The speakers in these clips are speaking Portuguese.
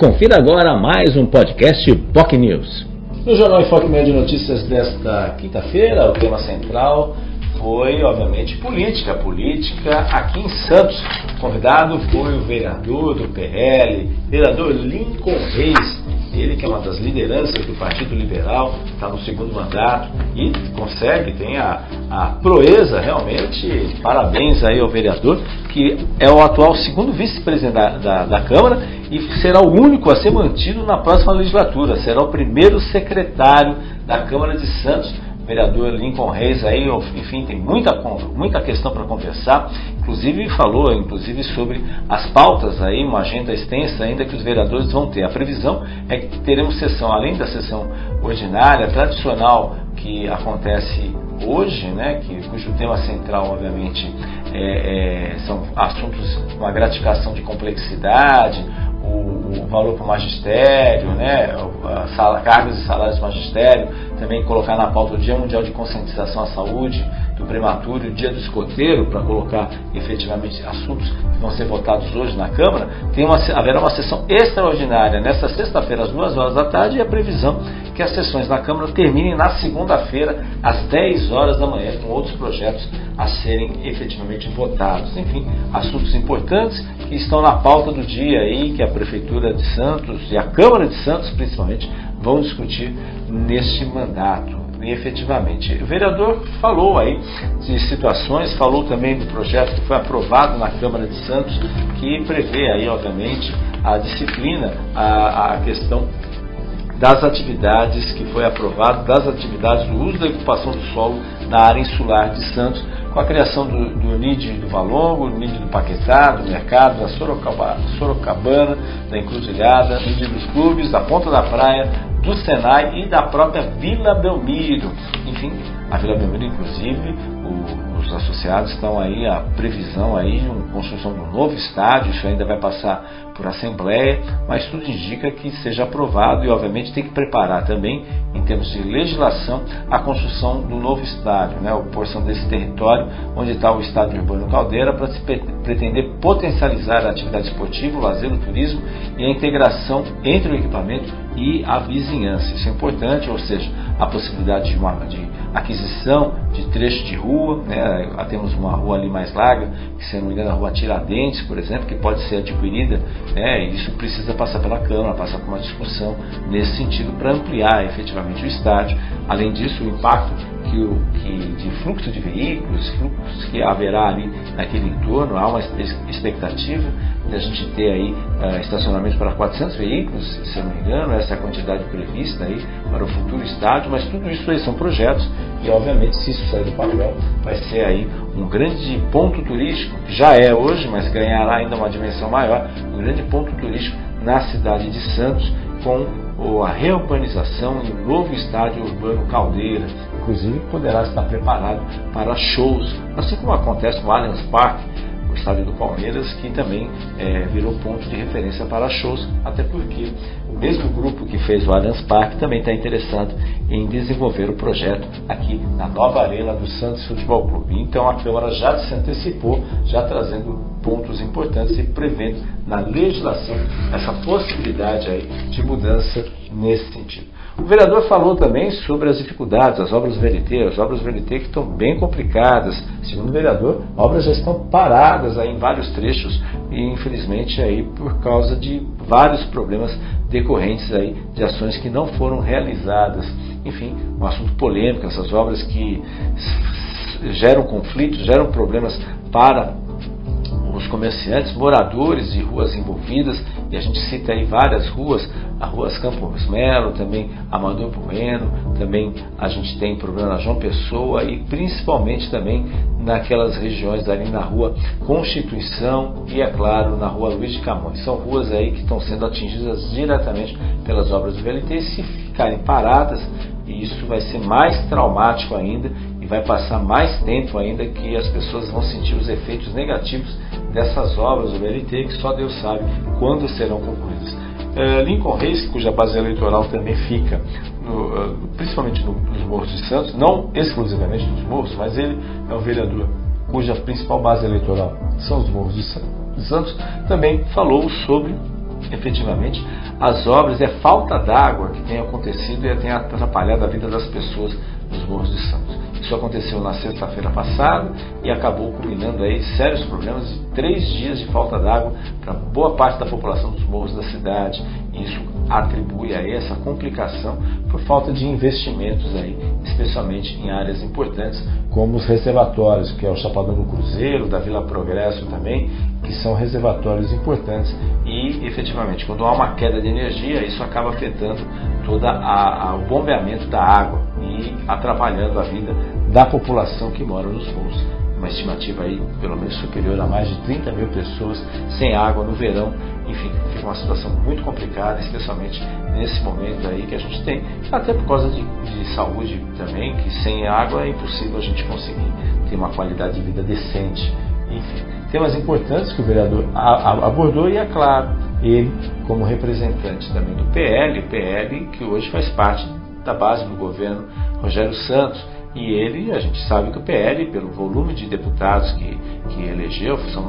Confira agora mais um podcast POC News. No Jornal Enfoque Meio de Notícias desta quinta-feira, o tema central foi, obviamente, política. Política aqui em Santos. O convidado foi o vereador do PL, vereador Lincoln Reis. Ele que é uma das lideranças do Partido Liberal, está no segundo mandato e consegue, tem a proeza realmente. Parabéns aí ao vereador, que é o atual segundo vice-presidente da Câmara e será o único a ser mantido na próxima legislatura. Será o primeiro secretário da Câmara de Santos. O vereador Lincoln Reis aí, enfim, tem muita questão para conversar, falou sobre as pautas aí, uma agenda extensa ainda que os vereadores vão ter. A previsão é que teremos sessão, além da sessão ordinária, tradicional, que acontece hoje, né, cujo tema central, obviamente, são assuntos com a gratificação de complexidade, o valor para o magistério, né, cargos e salários do magistério, também colocar na pauta o Dia Mundial de Conscientização à Saúde do Prematuro e o Dia do Escoteiro, para colocar efetivamente assuntos que vão ser votados hoje na Câmara. Haverá uma sessão extraordinária nesta sexta-feira às 2 horas da tarde e a previsão que as sessões na Câmara terminem na segunda-feira às 10 horas da manhã, com outros projetos a serem efetivamente votados. Enfim, assuntos importantes que estão na pauta do dia aí, que a Prefeitura de Santos e a Câmara de Santos, principalmente, vão discutir neste mandato. E efetivamente, o vereador falou aí de situações, falou também do projeto que foi aprovado na Câmara de Santos, que prevê aí, obviamente, a disciplina, a questão das atividades que foi aprovado, das atividades do uso da ocupação do solo na área insular de Santos, com a criação do NID do Valongo, do NID do Paquetá, do Mercado, da Sorocabana, da Encruzilhada, NID dos clubes, da Ponta da Praia, do Senai e da própria Vila Belmiro. Enfim, a Vila Belmiro, inclusive, os associados estão aí, a previsão aí de uma construção de um novo estádio. Isso ainda vai passar por assembleia, mas tudo indica que seja aprovado e, obviamente, tem que preparar também, em termos de legislação, a construção do novo estádio, né, a porção desse território onde está o estádio Urbano Caldeira, para se pretender potencializar a atividade esportiva, o lazer, o turismo e a integração entre o equipamento e a vizinhança. Isso é importante, ou seja, a possibilidade de aquisição de trecho de rua, né? Temos uma rua ali mais larga, que, se não me engano, a rua Tiradentes, por exemplo, que pode ser adquirida, né? E isso precisa passar pela Câmara, passar por uma discussão nesse sentido para ampliar efetivamente o estádio. Além disso, o impacto de fluxo de veículos, fluxos que haverá ali naquele entorno. Há uma expectativa de a gente ter aí estacionamento para 400 veículos, se eu não me engano, essa é a quantidade prevista aí para o futuro estádio, mas tudo isso aí são projetos e, obviamente, se isso sair do papel, vai ser aí um grande ponto turístico, que já é hoje, mas ganhará ainda uma dimensão maior, um grande ponto turístico na cidade de Santos, com a reurbanização e o novo estádio Urbano Caldeira. Inclusive, poderá estar preparado para shows, assim como acontece no Allianz Parque, o estádio do Palmeiras, que também virou ponto de referência para shows, até porque o mesmo grupo que fez o Allianz Parque também está interessado em desenvolver o projeto aqui na nova arena do Santos Futebol Clube. Então a Câmara já se antecipou, já trazendo pontos importantes e prevendo na legislação essa possibilidade aí de mudança nesse sentido. O vereador falou também sobre as dificuldades, as obras VLT que estão bem complicadas. Segundo o vereador, obras já estão paradas aí em vários trechos e, infelizmente, aí por causa de vários problemas decorrentes aí de ações que não foram realizadas. Enfim, um assunto polêmico, essas obras que geram conflitos, geram problemas para os comerciantes, moradores de ruas envolvidas, e a gente cita aí várias ruas, a Rua Campos Melo, também Amador Bueno, também a gente tem problema na João Pessoa e principalmente também naquelas regiões ali na Rua Constituição e, é claro, na Rua Luiz de Camões. São ruas aí que estão sendo atingidas diretamente pelas obras do VLT, e se ficarem paradas, isso vai ser mais traumático ainda e vai passar mais tempo ainda que as pessoas vão sentir os efeitos negativos dessas obras do VLT, que só Deus sabe quando serão concluídas. Lincoln Reis, cuja base eleitoral também fica principalmente nos Morros de Santos, não exclusivamente nos Morros, mas ele é um vereador cuja principal base eleitoral são os Morros de Santos, também falou sobre efetivamente as obras e a falta d'água que tem acontecido e tem atrapalhado a vida das pessoas nos Morros de Santos. Isso aconteceu na sexta-feira passada e acabou culminando aí sérios problemas de 3 dias de falta d'água para boa parte da população dos morros da cidade. Isso atribui a essa complicação por falta de investimentos aí, especialmente em áreas importantes como os reservatórios, que é o Chapadão do Cruzeiro, da Vila Progresso também, que são reservatórios importantes e efetivamente quando há uma queda de energia isso acaba afetando todo o bombeamento da água e atrapalhando a vida da população que mora nos morros. Uma estimativa aí pelo menos superior a mais de 30 mil pessoas sem água no verão. Enfim, fica uma situação muito complicada, especialmente nesse momento aí que a gente tem, até por causa de saúde também, que sem água é impossível a gente conseguir ter uma qualidade de vida decente. Enfim, temas importantes que o vereador abordou e, é claro, ele como representante também do PL que hoje faz parte da base do governo Rogério Santos, e ele, a gente sabe que o PL, pelo volume de deputados que elegeu, são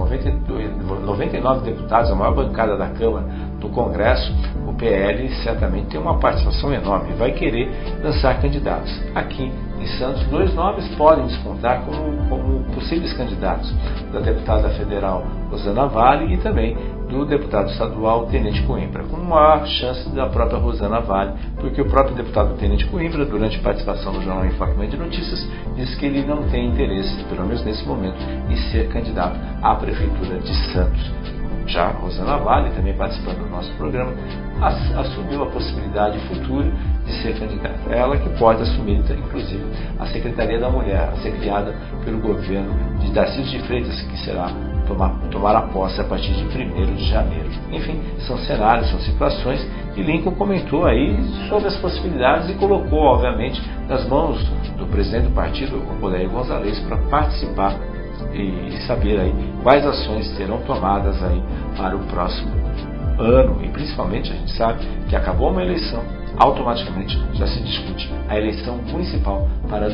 99 deputados, a maior bancada da Câmara do Congresso, o PL certamente tem uma participação enorme, vai querer lançar candidatos. Aqui em Santos, 2 nomes podem despontar como possíveis candidatos, da deputada federal Rosana Vale e também do deputado estadual Tenente Coimbra, com maior chance da própria Rosana Vale, porque o próprio deputado Tenente Coimbra, durante participação no Jornal em Foque de Notícias, disse que ele não tem interesse, pelo menos nesse momento, em ser candidato à Prefeitura de Santos. Já Rosana Vale, também participando do nosso programa, assumiu a possibilidade futura de ser candidata. Ela que pode assumir, inclusive, a Secretaria da Mulher, a ser criada pelo governo de Darcísio de Freitas, que será tomar a posse a partir de 1º de janeiro. Enfim, são cenários, são situações que Lincoln comentou aí sobre as possibilidades e colocou, obviamente, nas mãos do presidente do partido, o Odair Gonzalez, para participar e saber aí quais ações serão tomadas aí para o próximo ano. E principalmente a gente sabe que acabou uma eleição, automaticamente já se discute a eleição municipal para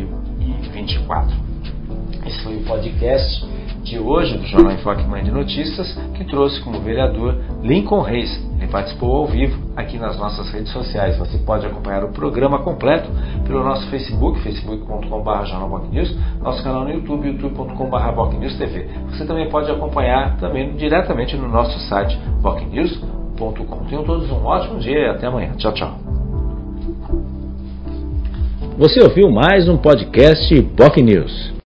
2024. Esse foi o podcast de hoje do Jornal em Foque de Notícias, que trouxe como vereador Lincoln Reis. Ele participou ao vivo aqui nas nossas redes sociais. Você pode acompanhar o programa completo pelo nosso Facebook, facebook.com/jornalbocnews, nosso canal no YouTube, youtube.com/bocnewstv. Você também pode acompanhar também diretamente no nosso site, bocnews.com. Tenham todos um ótimo dia e até amanhã. Tchau, tchau. Você ouviu mais um podcast Boc News.